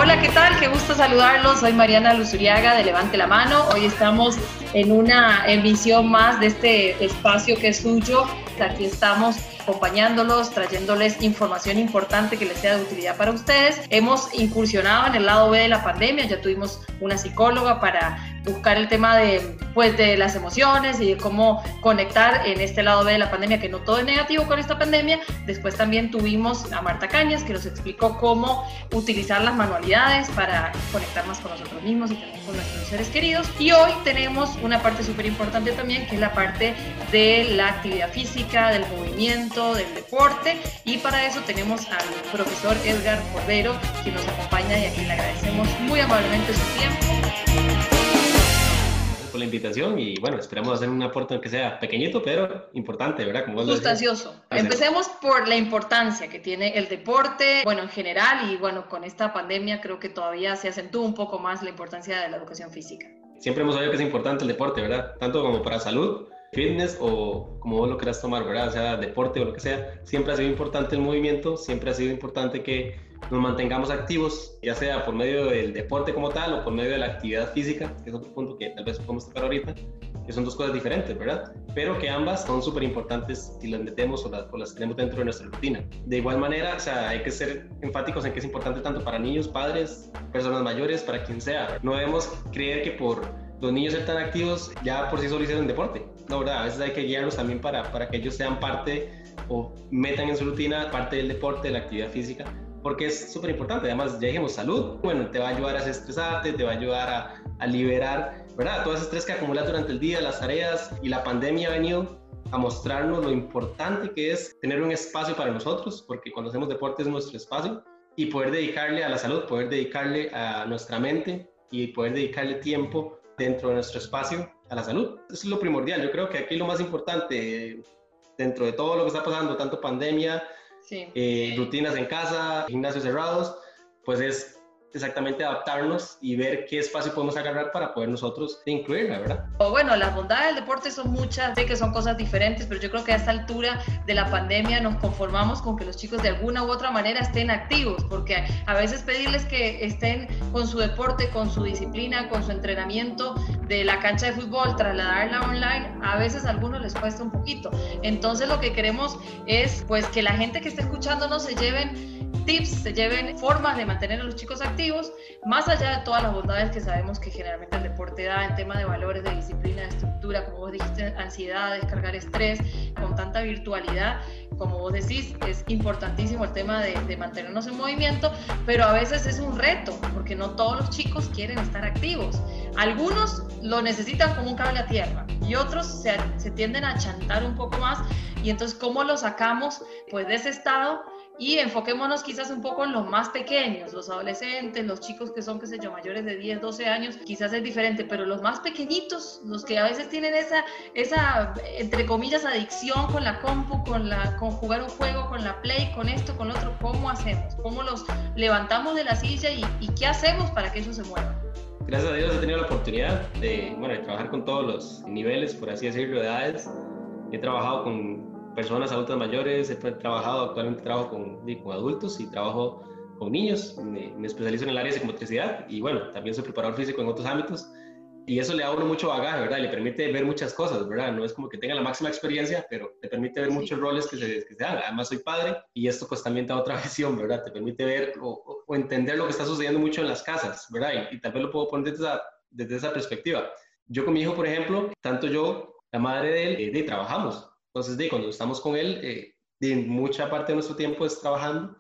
Hola, ¿qué tal? Qué gusto saludarlos. Soy Mariana Luzuriaga de Levante la Mano. Hoy estamos en una emisión más de este espacio que es suyo. Aquí estamos acompañándolos, trayéndoles información importante que les sea de utilidad para ustedes. Hemos incursionado en el lado B de la pandemia. Ya tuvimos una psicóloga para buscar el tema de las emociones y de cómo conectar en este lado B de la pandemia, que no todo es negativo con esta pandemia. Después también tuvimos a Marta Cañas, que nos explicó cómo utilizar las manualidades para conectar más con nosotros mismos y también con nuestros seres queridos. Y hoy tenemos una parte súper importante también, que es la parte de la actividad física, del movimiento, del deporte, y para eso tenemos al profesor Edgar Cordero, quien nos acompaña y a quien le agradecemos muy amablemente su tiempo. Por la invitación y bueno, esperamos hacer un aporte aunque sea pequeñito, pero importante, ¿verdad? Como vos lo decís. Sustancioso. Empecemos por la importancia que tiene el deporte, bueno, en general, y bueno, con esta pandemia creo que todavía se acentúa un poco más la importancia de la educación física. Siempre hemos sabido que es importante el deporte, ¿verdad? Tanto como para salud, fitness o como vos lo quieras tomar, ¿verdad? O sea, deporte o lo que sea, siempre ha sido importante el movimiento, siempre ha sido importante que nos mantengamos activos, ya sea por medio del deporte como tal o por medio de la actividad física, que es otro punto que tal vez podemos tocar ahorita, que son dos cosas diferentes, ¿verdad? Pero que ambas son súper importantes si las metemos o las tenemos dentro de nuestra rutina. De igual manera, o sea, hay que ser enfáticos en que es importante tanto para niños, padres, personas mayores, para quien sea. No debemos creer que por los niños ser tan activos ya por sí solo hicieron deporte. No, ¿verdad? A veces hay que guiarlos también para que ellos sean parte o metan en su rutina parte del deporte, de la actividad física, porque es súper importante. Además, ya dijimos salud, bueno, te va a ayudar a desestresarte, te va a ayudar a liberar, ¿verdad? Todo ese estrés que acumulas durante el día, las tareas, y la pandemia ha venido a mostrarnos lo importante que es tener un espacio para nosotros, porque cuando hacemos deporte es nuestro espacio, y poder dedicarle a la salud, poder dedicarle a nuestra mente y poder dedicarle tiempo dentro de nuestro espacio a la salud. Eso es lo primordial. Yo creo que aquí lo más importante dentro de todo lo que está pasando, tanto pandemia, rutinas en casa, gimnasios cerrados, pues es exactamente adaptarnos y ver qué espacio podemos agarrar para poder nosotros incluirla, ¿verdad? Bueno, las bondades del deporte son muchas, sé que son cosas diferentes, pero yo creo que a esta altura de la pandemia nos conformamos con que los chicos de alguna u otra manera estén activos, porque a veces pedirles que estén con su deporte, con su disciplina, con su entrenamiento de la cancha de fútbol, trasladarla online, a veces a algunos les cuesta un poquito. Entonces lo que queremos es pues que la gente que esté escuchándonos se lleven tips, se lleven formas de mantener a los chicos activos, más allá de todas las bondades que sabemos que generalmente el deporte da en tema de valores, de disciplina, de estructura, como vos dijiste, ansiedad, descargar estrés, con tanta virtualidad, como vos decís, es importantísimo el tema de mantenernos en movimiento, pero a veces es un reto, porque no todos los chicos quieren estar activos. Algunos lo necesitan como un cable a tierra y otros se tienden a chantar un poco más, y entonces ¿cómo lo sacamos pues de ese estado? Y enfoquémonos quizás un poco en los más pequeños, los adolescentes, los chicos que son, qué sé yo, mayores de 10, 12 años, quizás es diferente, pero los más pequeñitos, los que a veces tienen esa entre comillas, adicción con la compu, con jugar un juego, con la Play, con esto, con lo otro, ¿cómo hacemos? ¿Cómo los levantamos de la silla y qué hacemos para que eso se mueva? Gracias a Dios he tenido la oportunidad de trabajar con todos los niveles, por así decirlo, de edades. He trabajado con personas adultas mayores, actualmente trabajo con adultos y trabajo con niños. Me especializo en el área de psicomotricidad y bueno, también soy preparador físico en otros ámbitos, y eso le da a uno mucho bagaje, ¿verdad? Le permite ver muchas cosas, ¿verdad? No es como que tenga la máxima experiencia, pero te permite ver muchos roles que se dan. Además soy padre y esto pues también te da otra visión, ¿verdad? Te permite ver o entender lo que está sucediendo mucho en las casas, ¿verdad? Y tal vez lo puedo poner desde esa perspectiva. Yo con mi hijo, por ejemplo, tanto yo, la madre de él, trabajamos. Entonces, cuando estamos con él, mucha parte de nuestro tiempo es trabajando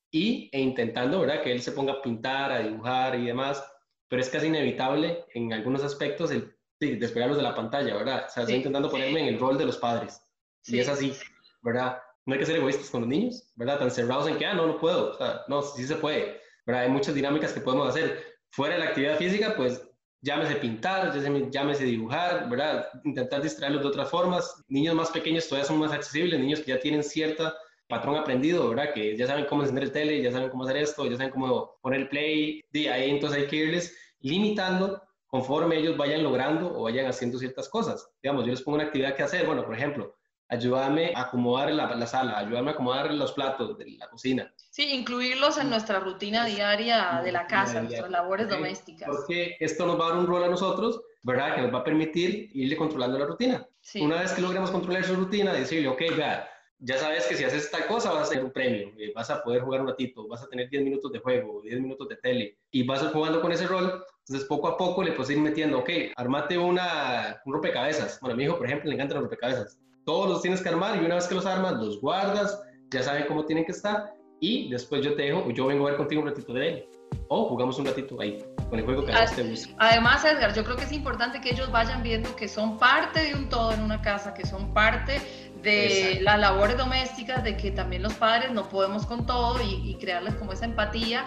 e intentando, ¿verdad?, que él se ponga a pintar, a dibujar y demás, pero es casi inevitable en algunos aspectos el despegarlos de la pantalla, ¿verdad? O sea, estoy intentando ponerme en el rol de los padres, y es así, ¿verdad? No hay que ser egoístas con los niños, ¿verdad? Tan cerrados en que, no puedo, o sea, no, sí se puede, ¿verdad? Hay muchas dinámicas que podemos hacer fuera de la actividad física, pues llámese pintar, llámese dibujar, ¿verdad? Intentar distraerlos de otras formas. Niños más pequeños todavía son más accesibles, niños que ya tienen cierta patrón aprendido, ¿verdad? Que ya saben cómo encender el tele, ya saben cómo hacer esto, ya saben cómo poner el play, y ahí entonces hay que irles limitando conforme ellos vayan logrando o vayan haciendo ciertas cosas. Digamos, yo les pongo una actividad que hacer, bueno, por ejemplo, ayúdame a acomodar la sala, ayúdame a acomodar los platos de la cocina. Sí, incluirlos en nuestra rutina diaria de la casa, nuestras labores ¿Okay? domésticas. Porque esto nos va a dar un rol a nosotros, ¿verdad? Que nos va a permitir irle controlando la rutina. Sí. Una vez que logremos controlar su rutina, decirle, ok, vea, ya sabes que si haces tal cosa vas a tener un premio, vas a poder jugar un ratito, vas a tener 10 minutos de juego, 10 minutos de tele, y vas a ir jugando con ese rol. Entonces, poco a poco le puedes ir metiendo, ok, armate un rompecabezas. Bueno, a mi hijo, por ejemplo, le encantan los rompecabezas. Todos los tienes que armar y una vez que los armas, los guardas, ya saben cómo tienen que estar, y después yo te dejo, o yo vengo a ver contigo un ratito de él, o jugamos un ratito ahí, con el juego que a vos te gusta. Además, Edgar, yo creo que es importante que ellos vayan viendo que son parte de un todo en una casa, que son parte de las labores domésticas, de que también los padres no podemos con todo y crearles como esa empatía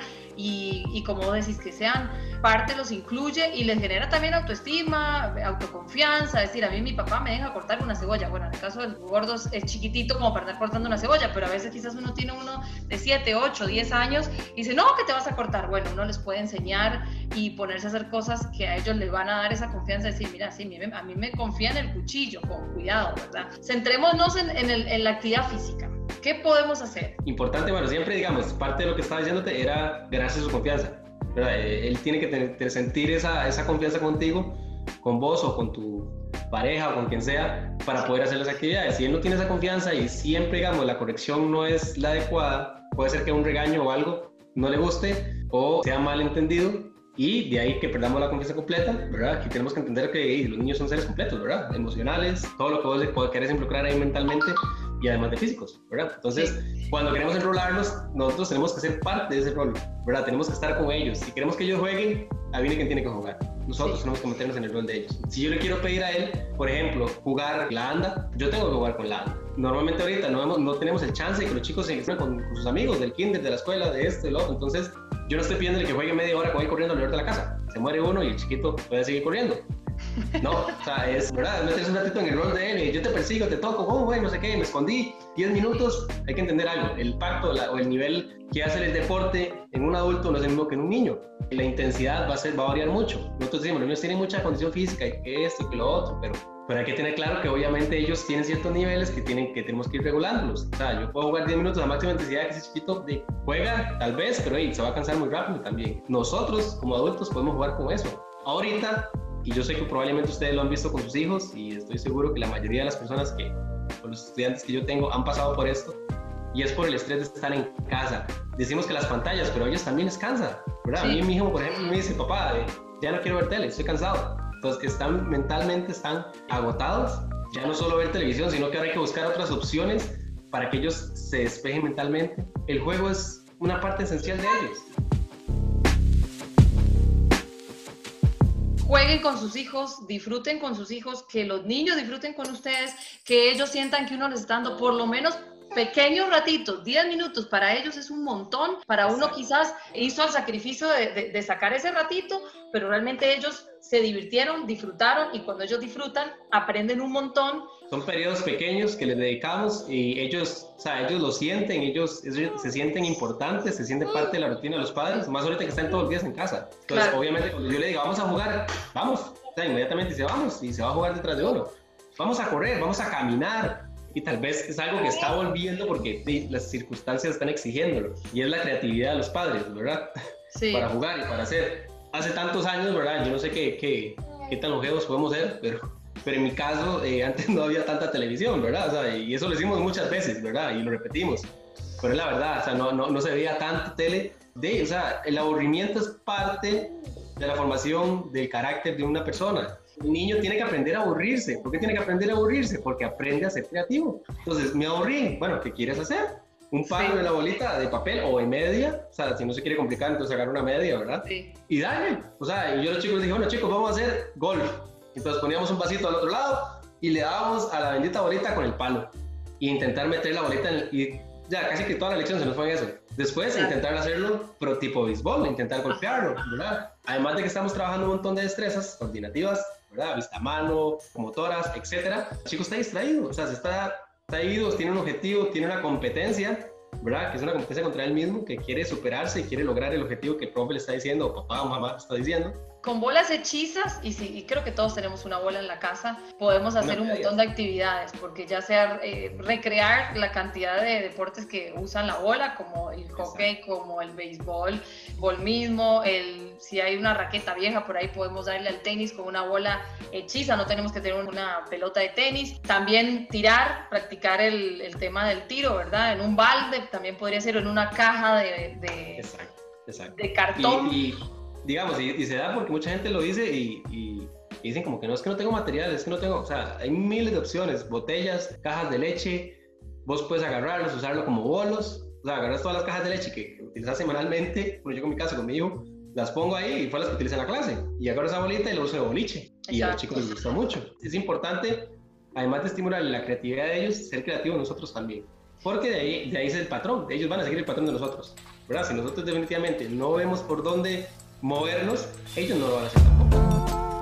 y como decís, que sean parte, los incluye y les genera también autoestima, autoconfianza. Es decir, a mí mi papá me deja cortar una cebolla. Bueno, en el caso del gordo es chiquitito como para estar cortando una cebolla, pero a veces quizás uno tiene uno de 7, 8, 10 años y dice, no, que te vas a cortar. Bueno, uno les puede enseñar y ponerse a hacer cosas que a ellos les van a dar esa confianza, de decir, mira, sí, a mí me confía en el cuchillo, con cuidado, ¿verdad? Centrémonos en la actividad física. ¿Qué podemos hacer? Importante, bueno, siempre, digamos, parte de lo que estaba diciéndote era ganarse su confianza, ¿verdad? Él tiene que sentir esa confianza contigo, con vos o con tu pareja o con quien sea, para poder hacer las actividades. Si él no tiene esa confianza y siempre, digamos, la corrección no es la adecuada, puede ser que un regaño o algo no le guste o sea mal entendido, y de ahí que perdamos la confianza completa, ¿verdad? Aquí tenemos que entender que los niños son seres completos, ¿verdad? Emocionales, todo lo que vos querés involucrar ahí mentalmente y además de físicos, ¿verdad? Entonces, cuando queremos enrolarlos, nosotros tenemos que ser parte de ese rol, ¿verdad? Tenemos que estar con ellos. Si queremos que ellos jueguen, adivine quién tiene que jugar. Nosotros tenemos que meternos en el rol de ellos. Si yo le quiero pedir a él, por ejemplo, jugar la anda, yo tengo que jugar con la anda. Normalmente ahorita no tenemos el chance de que los chicos se encuentren con sus amigos del kinder, de la escuela, de esto y lo otro. Entonces, yo no estoy pidiéndole que juegue media hora con él corriendo alrededor de la casa. Se muere uno y el chiquito puede seguir corriendo. No, o sea, es verdad, meterse un ratito en el rol de él, yo te persigo, te toco, oh, güey, no sé qué, me escondí, 10 minutos, hay que entender algo, el pacto o el nivel que hace el deporte en un adulto no es el mismo que en un niño, la intensidad va a variar mucho. Nosotros decimos, los niños tienen mucha condición física, y que esto y que lo otro, pero hay que tener claro que obviamente ellos tienen ciertos niveles que tenemos que ir regulándolos. O sea, yo puedo jugar 10 minutos a máxima intensidad, que ese chiquito juega, tal vez, pero se va a cansar muy rápido también. Nosotros, como adultos, podemos jugar con eso. Ahorita, y yo sé que probablemente ustedes lo han visto con sus hijos, y estoy seguro que la mayoría de las personas o los estudiantes que yo tengo han pasado por esto, y es por el estrés de estar en casa. Decimos que las pantallas, pero a ellos también les cansa, ¿verdad? Sí. A mí mi hijo, por ejemplo, me dice, papá, ya no quiero ver tele, estoy cansado. Entonces, mentalmente están agotados, ya no solo ver televisión, sino que ahora hay que buscar otras opciones para que ellos se despejen mentalmente. El juego es una parte esencial de ellos. Jueguen con sus hijos, disfruten con sus hijos, que los niños disfruten con ustedes, que ellos sientan que uno les está dando por lo menos pequeños ratitos, 10 minutos, para ellos es un montón, para uno quizás hizo el sacrificio de sacar ese ratito, pero realmente ellos se divirtieron, disfrutaron, y cuando ellos disfrutan, aprenden un montón. Son periodos pequeños que les dedicamos y ellos lo sienten, ellos se sienten importantes, se sienten parte de la rutina de los padres, más ahorita que están todos los días en casa. Entonces, claro, obviamente, cuando yo le digo, vamos a jugar, vamos, inmediatamente dice, vamos, y se va a jugar detrás de uno. Vamos a correr, vamos a caminar. Y tal vez es algo que está volviendo porque las circunstancias están exigiéndolo. Y es la creatividad de los padres, ¿verdad? Sí. Para jugar y para hacer. Hace tantos años, ¿verdad? Yo no sé qué tan longevos podemos ser, pero en mi caso, antes no había tanta televisión, ¿verdad? O sea, y eso lo hicimos muchas veces, ¿verdad? Y lo repetimos. Pero es la verdad, o sea, no se veía tanta tele. O sea, el aburrimiento es parte de la formación del carácter de una persona. Un niño tiene que aprender a aburrirse. ¿Por qué tiene que aprender a aburrirse? Porque aprende a ser creativo. Entonces, me aburrí. Bueno, ¿qué quieres hacer? Un palo de la bolita de papel o de media. O sea, si no se quiere complicar, entonces agarra una media, ¿verdad? Sí. Y dale. O sea, y yo a los chicos les dije, bueno, chicos, vamos a hacer golf. Entonces poníamos un vasito al otro lado y le dábamos a la bendita bolita con el palo. Y intentar meter la bolita y ya casi que toda la lección se nos fue en eso. Después, intentar hacerlo pro tipo béisbol, intentar golpearlo, ¿verdad? Además de que estamos trabajando un montón de destrezas coordinativas, ¿verdad? Vista a mano, motoras, etcétera. El chico está distraído, o sea, está ido, tiene un objetivo, tiene una competencia, ¿verdad? Que es una competencia contra él mismo, que quiere superarse y quiere lograr el objetivo que el profe le está diciendo, o papá o mamá le está diciendo. con bolas hechizas, y sí, y creo que todos tenemos una bola en la casa, podemos hacer un montón de actividades, porque ya sea recrear la cantidad de deportes que usan la bola, como el hockey, como el béisbol, mismo, si hay una raqueta vieja por ahí podemos darle al tenis con una bola hechiza, no tenemos que tener una pelota de tenis. También tirar, practicar el tema del tiro, ¿verdad? En un balde, también podría ser en una caja de cartón. Digamos, y se da porque mucha gente lo dice y dicen como que no, es que no tengo material, es que no tengo, o sea, hay miles de opciones, botellas, cajas de leche, vos puedes agarrarlos, usarlo como bolos, o sea, agarras todas las cajas de leche que utilizas semanalmente, bueno, yo con mi casa, con mi hijo, las pongo ahí y fue las que utilicé en la clase, y agarro esa bolita y lo uso de boliche. Exacto. Y a los chicos les gusta mucho. Es importante, además de estimular la creatividad de ellos, ser creativos nosotros también, porque de ahí es el patrón, ellos van a seguir el patrón de nosotros, ¿verdad? Si nosotros definitivamente no vemos por dónde movernos, ellos no lo van a hacer tampoco.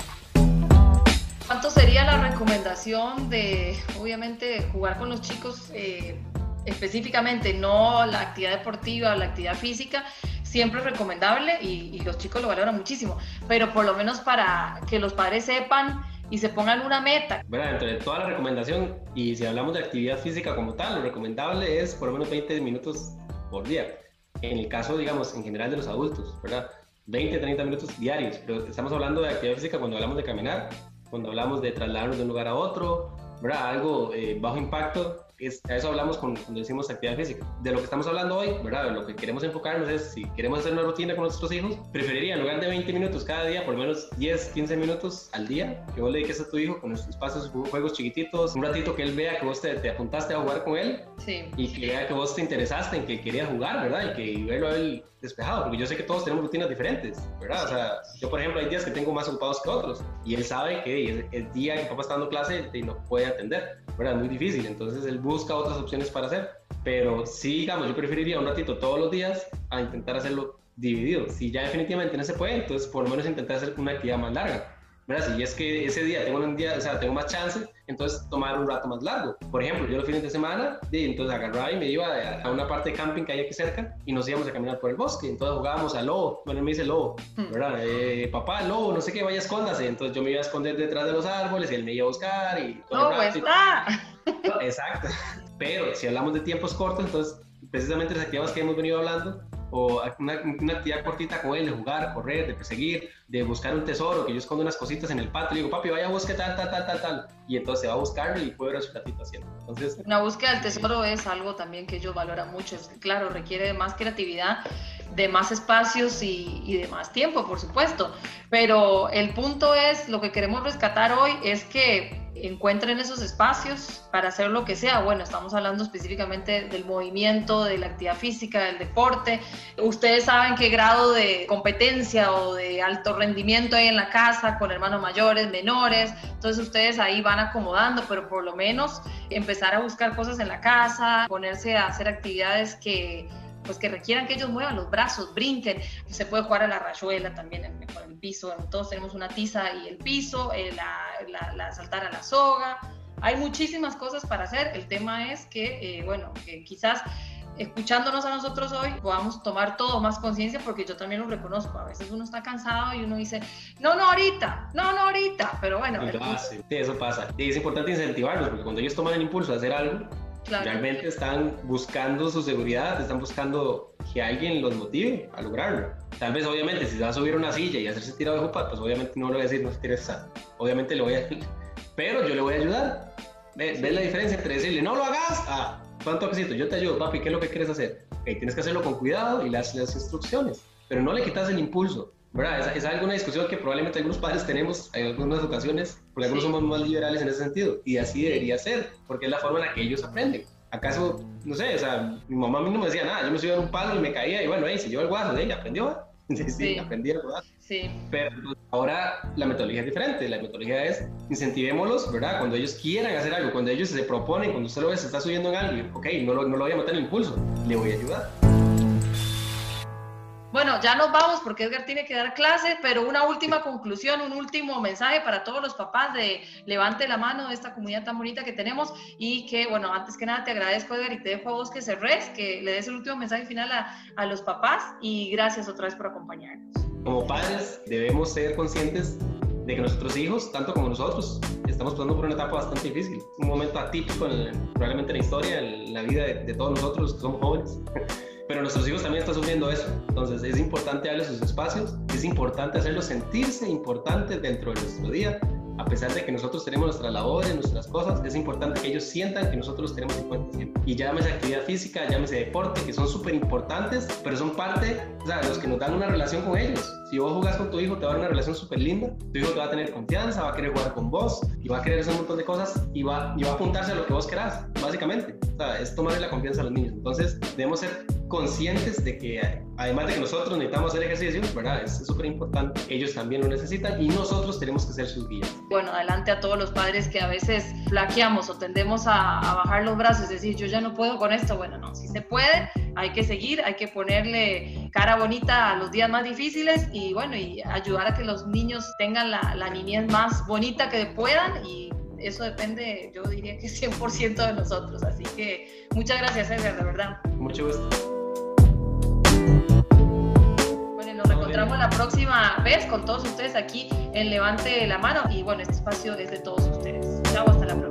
¿Cuánto sería la recomendación de, obviamente, jugar con los chicos específicamente, no la actividad deportiva o la actividad física? Siempre es recomendable y los chicos lo valoran muchísimo, pero por lo menos para que los padres sepan y se pongan una meta. Bueno, dentro de toda la recomendación, y si hablamos de actividad física como tal, lo recomendable es por lo menos 20 minutos por día. En el caso, digamos, en general de los adultos, ¿verdad? 20, 30 minutos diarios, pero estamos hablando de actividad física cuando hablamos de caminar, cuando hablamos de trasladarnos de un lugar a otro, ¿verdad? Algo bajo impacto, a eso hablamos cuando decimos actividad física. De lo que estamos hablando hoy, ¿verdad? De lo que queremos enfocarnos es, si queremos hacer una rutina con nuestros hijos, preferiría en lugar de 20 minutos cada día, por lo menos 10, 15 minutos al día, que vos le dediques a tu hijo con estos espacios, juegos chiquititos, un ratito que él vea que vos te apuntaste a jugar con él, sí, y que vea que vos te interesaste en que querías jugar, ¿verdad? Y verlo a él despejado, porque yo sé que todos tenemos rutinas diferentes, ¿verdad? O sea, yo por ejemplo hay días que tengo más ocupados que otros, y él sabe que el día que papá está dando clase y no puede atender, ¿verdad? Es muy difícil, entonces él busca otras opciones para hacer, pero sí, digamos, yo preferiría un ratito todos los días a intentar hacerlo dividido. Si ya definitivamente no se puede, entonces por lo menos intentar hacer una actividad más larga, ¿verdad? Si es que ese día tengo más chance, entonces tomar un rato más largo. Por ejemplo, yo los fines de semana, entonces agarraba y me iba a una parte de camping que hay aquí cerca y nos íbamos a caminar por el bosque, entonces jugábamos al lobo, bueno, él me dice lobo, ¿verdad? Papá, lobo, no sé qué, vaya, escóndase, entonces yo me iba a esconder detrás de los árboles y él me iba a buscar y todo el rato. ¡Está! Exacto, pero si hablamos de tiempos cortos, entonces precisamente las actividades que hemos venido hablando, o una actividad cortita con él, de jugar, correr, de perseguir, de buscar un tesoro, que yo escondo unas cositas en el patio, le digo, papi, vaya a buscar tal, y entonces se va a buscarlo y puede ver su ratito haciendo. Entonces, una búsqueda del tesoro es algo también que ellos valoran mucho, es que, claro, requiere de más creatividad, de más espacios y de más tiempo, por supuesto, pero el punto es, lo que queremos rescatar hoy es que encuentren esos espacios para hacer lo que sea. Bueno, estamos hablando específicamente del movimiento, de la actividad física, del deporte. Ustedes saben qué grado de competencia o de alto rendimiento hay en la casa con hermanos mayores, menores, entonces ustedes ahí van acomodando, pero por lo menos empezar a buscar cosas en la casa, ponerse a hacer actividades que requieran que ellos muevan los brazos, brinquen. Se puede jugar a la rayuela también con el piso, todos tenemos una tiza y el piso, saltar a la soga, hay muchísimas cosas para hacer. El tema es que, que quizás escuchándonos a nosotros hoy podamos tomar todo más conciencia, porque yo también lo reconozco, a veces uno está cansado y uno dice, no ahorita, pero bueno. Sí, eso pasa, y es importante incentivarlos, porque cuando ellos toman el impulso de hacer algo, claro, realmente están buscando su seguridad, están buscando que alguien los motive a lograrlo. Tal vez, obviamente, si se va a subir a una silla y hacerse tirado de jupa, pues obviamente no le voy a decir, no se tire esa. Obviamente le voy a... pero yo le voy a ayudar. ¿Ves la diferencia entre decirle, no lo hagas? ¿Cuánto toquecito? Yo te ayudo, papi, ¿qué es lo que quieres hacer? Okay, tienes que hacerlo con cuidado y las instrucciones, pero no le quitas el impulso, ¿verdad? Es alguna discusión que probablemente algunos padres tenemos en algunas ocasiones, porque algunos somos más liberales en ese sentido, y así debería ser, porque es la forma en la que ellos aprenden. ¿Acaso, no sé, o sea, mi mamá a mí no me decía nada, yo me subía en un palo y me caía, y bueno, se llevó el guaso, ella aprendió, sí, aprendí a rodar. Sí. Pero ahora la metodología es diferente, la metodología es incentivémoslos, ¿verdad? Cuando ellos quieran hacer algo, cuando ellos se proponen, cuando usted lo ve, se está subiendo en algo, ok, no lo voy a matar el impulso, le voy a ayudar. Bueno, ya nos vamos porque Edgar tiene que dar clase, pero una última conclusión, un último mensaje para todos los papás de levante la mano de esta comunidad tan bonita que tenemos y que, bueno, antes que nada te agradezco, Edgar, y te dejo a vos que cerres, que le des el último mensaje final a los papás y gracias otra vez por acompañarnos. Como padres debemos ser conscientes de que nuestros hijos, tanto como nosotros, estamos pasando por una etapa bastante difícil, un momento atípico probablemente en la historia, en la vida de todos nosotros que somos jóvenes. Pero nuestros hijos también están sufriendo eso, entonces es importante darles sus espacios, es importante hacerlos sentirse importantes dentro de nuestro día, a pesar de que nosotros tenemos nuestras labores, nuestras cosas, es importante que ellos sientan que nosotros los tenemos en cuenta siempre. Y llámese actividad física, llámese deporte, que son súper importantes, pero son parte, o sea, los que nos dan una relación con ellos. Si vos jugás con tu hijo, te va a dar una relación súper linda, tu hijo te va a tener confianza, va a querer jugar con vos, y va a querer hacer un montón de cosas, y va a apuntarse a lo que vos querás, básicamente. O sea, es tomarle la confianza a los niños. Entonces, debemos ser conscientes de que, además de que nosotros necesitamos hacer ejercicio, ¿verdad? Es súper importante, ellos también lo necesitan y nosotros tenemos que ser sus guías. Bueno, adelante a todos los padres que a veces flaqueamos o tendemos a bajar los brazos, es decir, yo ya no puedo con esto. Bueno, no, si se puede, hay que seguir, hay que ponerle cara bonita a los días más difíciles y bueno, y ayudar a que los niños tengan la niñez más bonita que puedan, y eso depende, yo diría que 100% de nosotros. Así que muchas gracias, Edgar, de verdad. Mucho gusto. Bueno, nos reencontramos la próxima vez con todos ustedes aquí en Levante la Mano y bueno, este espacio es de todos ustedes. Chao, hasta la próxima.